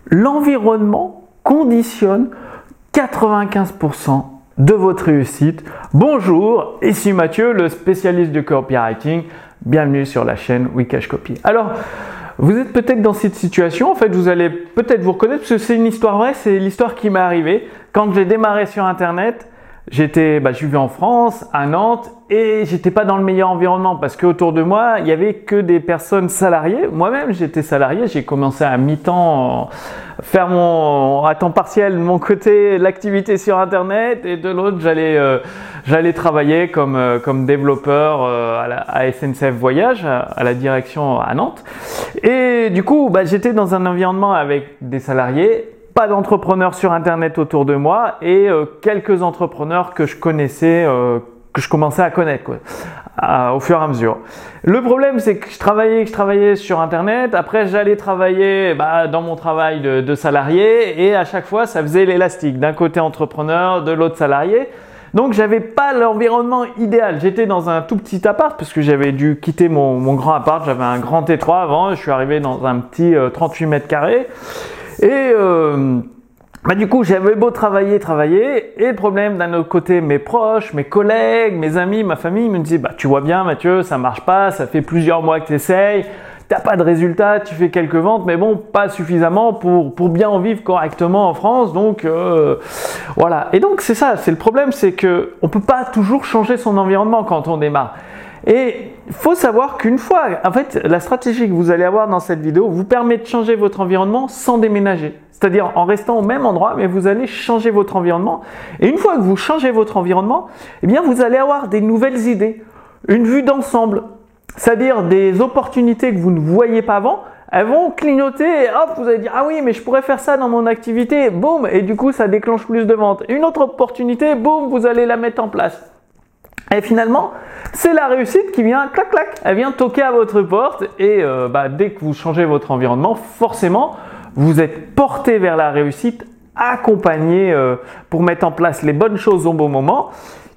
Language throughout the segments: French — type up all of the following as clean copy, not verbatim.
L'environnement conditionne 95% de votre réussite. Bonjour, ici Mathieu, le spécialiste du copywriting. Bienvenue sur la chaîne Wikash Copy. Alors, vous êtes peut-être dans cette situation, en fait, vous allez peut-être vous reconnaître parce que c'est une histoire vraie, c'est l'histoire qui m'est arrivée. Quand j'ai démarré sur Internet, je vivais en France, à Nantes, et j'étais pas dans le meilleur environnement parce qu'autour de moi, il y avait que des personnes salariées. Moi-même, j'étais salarié, j'ai commencé à mi-temps faire à temps partiel de mon côté l'activité sur Internet et de l'autre, j'allais travailler comme développeur à SNCF Voyage, à la direction à Nantes. Et du coup, j'étais dans un environnement avec des salariés, pas d'entrepreneurs sur Internet autour de moi et quelques entrepreneurs que je connaissais, que je commençais à connaître au fur et à mesure. Le problème, c'est que je travaillais sur Internet. Après, j'allais travailler dans mon travail de salarié et à chaque fois, ça faisait l'élastique. D'un côté entrepreneur, de l'autre salarié. Donc, j'avais pas l'environnement idéal. J'étais dans un tout petit appart parce que j'avais dû quitter mon grand appart. J'avais un grand T3 avant. Je suis arrivé dans un petit 38 mètres carrés. Et du coup, j'avais beau travailler, et le problème d'un autre côté, mes proches, mes collègues, mes amis, ma famille me disaient tu vois bien Mathieu, ça marche pas, ça fait plusieurs mois que tu essayes, t'as pas de résultat, tu fais quelques ventes, mais bon, pas suffisamment pour bien en vivre correctement en France, donc voilà. Et donc c'est ça, c'est le problème, c'est que on peut pas toujours changer son environnement quand on démarre. Et il faut savoir qu'une fois, en fait, la stratégie que vous allez avoir dans cette vidéo vous permet de changer votre environnement sans déménager. C'est-à-dire en restant au même endroit, mais vous allez changer votre environnement. Et une fois que vous changez votre environnement, eh bien, vous allez avoir des nouvelles idées, une vue d'ensemble. C'est-à-dire des opportunités que vous ne voyiez pas avant, elles vont clignoter et hop, vous allez dire « Ah oui, mais je pourrais faire ça dans mon activité. » Boum, et du coup, ça déclenche plus de ventes. Une autre opportunité, boum, vous allez la mettre en place. Et finalement, c'est la réussite qui vient, clac, clac, elle vient toquer à votre porte et dès que vous changez votre environnement, forcément, vous êtes porté vers la réussite, accompagné pour mettre en place les bonnes choses au bon moment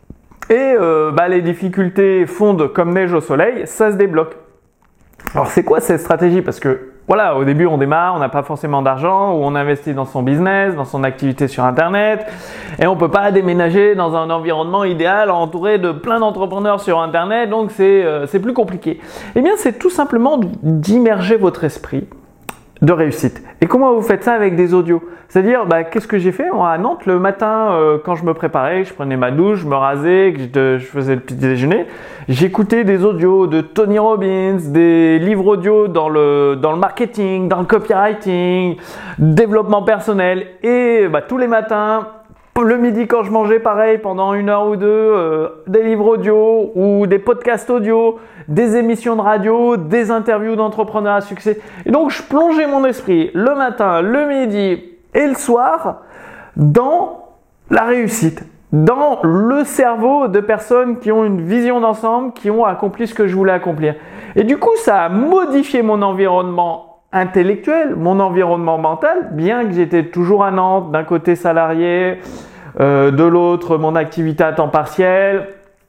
et les difficultés fondent comme neige au soleil, ça se débloque. Alors, c'est quoi cette stratégie? Parce que voilà, au début, on démarre, on n'a pas forcément d'argent, ou on investit dans son business, dans son activité sur Internet, et on peut pas déménager dans un environnement idéal entouré de plein d'entrepreneurs sur Internet, donc c'est plus compliqué. Eh bien, c'est tout simplement d'immerger votre esprit de réussite. Et comment vous faites ça avec des audios? C'est-à-dire, qu'est-ce que j'ai fait à Nantes le matin quand je me préparais, je prenais ma douche, je me rasais, je faisais le petit déjeuner, j'écoutais des audios de Tony Robbins, des livres audio dans le marketing, dans le copywriting, développement personnel et tous les matins, le midi quand je mangeais, pareil, pendant 1 heure ou 2, des livres audio ou des podcasts audio, des émissions de radio, des interviews d'entrepreneurs à succès. Et donc, je plongeais mon esprit le matin, le midi et le soir dans la réussite, dans le cerveau de personnes qui ont une vision d'ensemble, qui ont accompli ce que je voulais accomplir. Et du coup, ça a modifié mon environnement intellectuel, mon environnement mental, bien que j'étais toujours à Nantes, d'un côté salarié, de l'autre mon activité à temps partiel.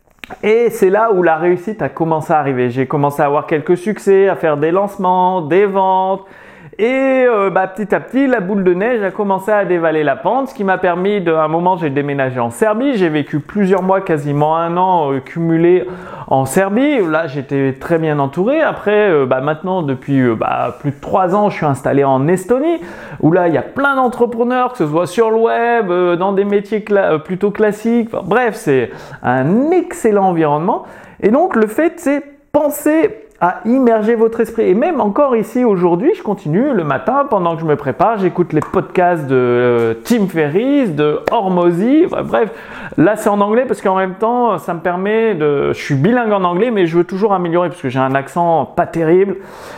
Et c'est là où la réussite a commencé à arriver. J'ai commencé à avoir quelques succès, à faire des lancements, des ventes. Et petit à petit, la boule de neige a commencé à dévaler la pente, ce qui m'a permis à un moment, j'ai déménagé en Serbie. J'ai vécu plusieurs mois, quasiment 1 an cumulé en Serbie. Là, j'étais très bien entouré. Après, maintenant, depuis plus de 3 ans, je suis installé en Estonie, où là, il y a plein d'entrepreneurs, que ce soit sur le web, dans des métiers plutôt classiques. Enfin, bref, c'est un excellent environnement. Et donc, le fait, c'est penser à immerger votre esprit. Et même encore ici aujourd'hui, je continue le matin pendant que je me prépare, j'écoute les podcasts de Tim Ferriss, de Hormozy, bref, là c'est en anglais parce qu'en même temps, ça me permet je suis bilingue en anglais, mais je veux toujours améliorer parce que j'ai un accent pas terrible.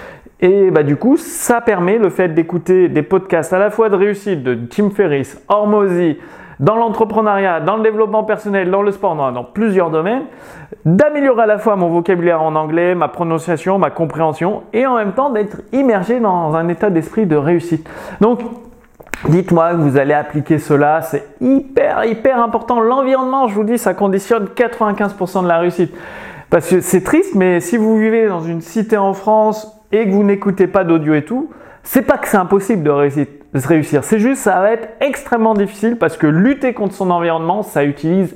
Et du coup, ça permet le fait d'écouter des podcasts à la fois de réussite de Tim Ferriss, Hormozy, dans l'entrepreneuriat, dans le développement personnel, dans le sport, dans plusieurs domaines, d'améliorer à la fois mon vocabulaire en anglais, ma prononciation, ma compréhension et en même temps d'être immergé dans un état d'esprit de réussite. Donc, dites-moi que vous allez appliquer cela, c'est hyper important. L'environnement, je vous dis, ça conditionne 95% de la réussite. Parce que c'est triste, mais si vous vivez dans une cité en France et que vous n'écoutez pas d'audio et tout, c'est pas que c'est impossible de réussir. réussir. C'est juste, ça va être extrêmement difficile parce que lutter contre son environnement, ça utilise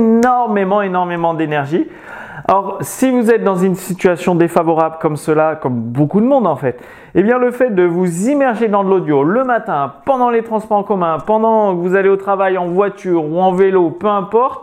énormément d'énergie. Alors, si vous êtes dans une situation défavorable comme cela, comme beaucoup de monde en fait, eh bien le fait de vous immerger dans de l'audio le matin, pendant les transports en commun, pendant que vous allez au travail en voiture ou en vélo, peu importe,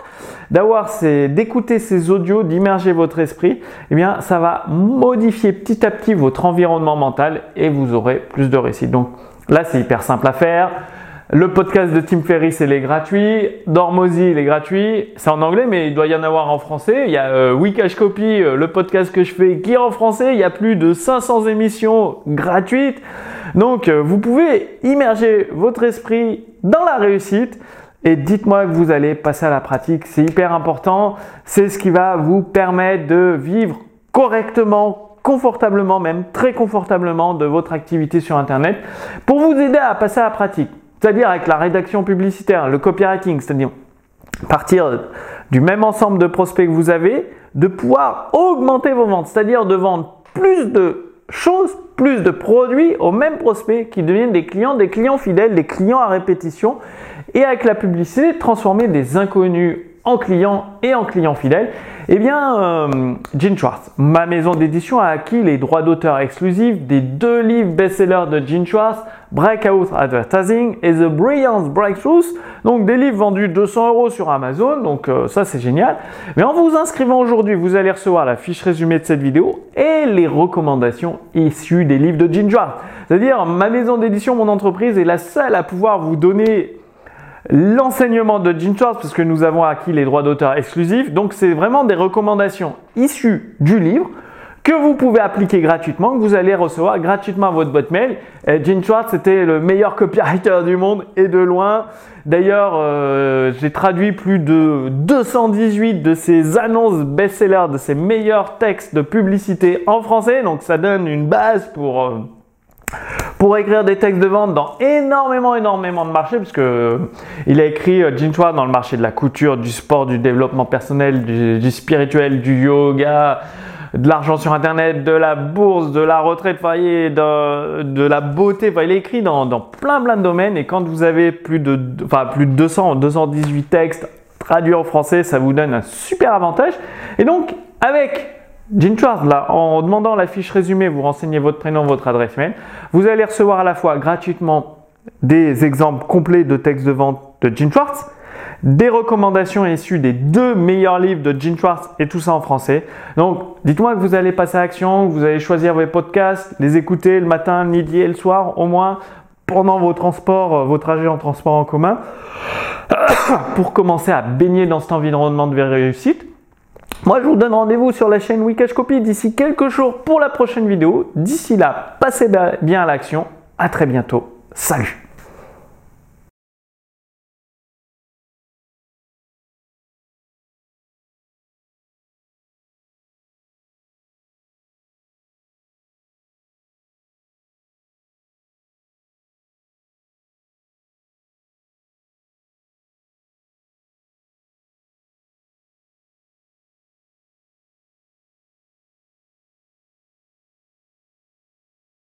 d'écouter ces audios, d'immerger votre esprit, eh bien ça va modifier petit à petit votre environnement mental et vous aurez plus de réussite. Donc là, c'est hyper simple à faire. Le podcast de Tim Ferriss, il est gratuit. Dormozy, il est gratuit. C'est en anglais, mais il doit y en avoir en français. Il y a WeCashCopy, le podcast que je fais, qui est en français. Il y a plus de 500 émissions gratuites. Donc, vous pouvez immerger votre esprit dans la réussite. Et dites-moi que vous allez passer à la pratique. C'est hyper important. C'est ce qui va vous permettre de vivre correctement, confortablement, même très confortablement de votre activité sur Internet pour vous aider à passer à la pratique. C'est-à-dire avec la rédaction publicitaire, le copywriting, c'est-à-dire partir du même ensemble de prospects que vous avez, de pouvoir augmenter vos ventes, c'est-à-dire de vendre plus de choses, plus de produits aux mêmes prospects qui deviennent des clients fidèles, des clients à répétition et avec la publicité, transformer des inconnus en clients et en clients fidèles. Eh bien, Gene Schwartz, ma maison d'édition, a acquis les droits d'auteur exclusifs des 2 livres best-sellers de Gene Schwartz, Breakout Advertising et The Brilliance Breakthroughs. Donc des livres vendus 200 € sur Amazon, donc ça c'est génial. Mais en vous inscrivant aujourd'hui, vous allez recevoir la fiche résumée de cette vidéo et les recommandations issues des livres de Gene Schwartz. C'est-à-dire, ma maison d'édition, mon entreprise est la seule à pouvoir vous donner l'enseignement de Gene Schwartz parce que nous avons acquis les droits d'auteur exclusifs. Donc, c'est vraiment des recommandations issues du livre que vous pouvez appliquer gratuitement, que vous allez recevoir gratuitement à votre boîte mail. Gene Schwartz était le meilleur copywriter du monde et de loin. D'ailleurs, j'ai traduit plus de 218 de ses annonces best-sellers, de ses meilleurs textes de publicité en français. Donc, ça donne une base pour écrire des textes de vente dans énormément de marchés, puisque il a écrit Gene Schwartz dans le marché de la couture, du sport, du développement personnel, du spirituel, du yoga, de l'argent sur Internet, de la bourse, de la retraite, de la beauté. Il est écrit dans plein de domaines. Et quand vous avez plus de 218 textes traduits en français, ça vous donne un super avantage. Et donc, avec Gene Schwartz, là, en demandant la fiche résumée, vous renseignez votre prénom, votre adresse mail. Vous allez recevoir à la fois gratuitement des exemples complets de textes de vente de Gene Schwartz, des recommandations issues des 2 meilleurs livres de Gene Schwartz et tout ça en français. Donc, dites-moi que vous allez passer à l'action, que vous allez choisir vos podcasts, les écouter le matin, le midi et le soir, au moins pendant vos transports, vos trajets en transport en commun, pour commencer à baigner dans cet environnement de réussite. Moi, je vous donne rendez-vous sur la chaîne WeCashCopy d'ici quelques jours pour la prochaine vidéo. D'ici là, passez bien à l'action. À très bientôt. Salut!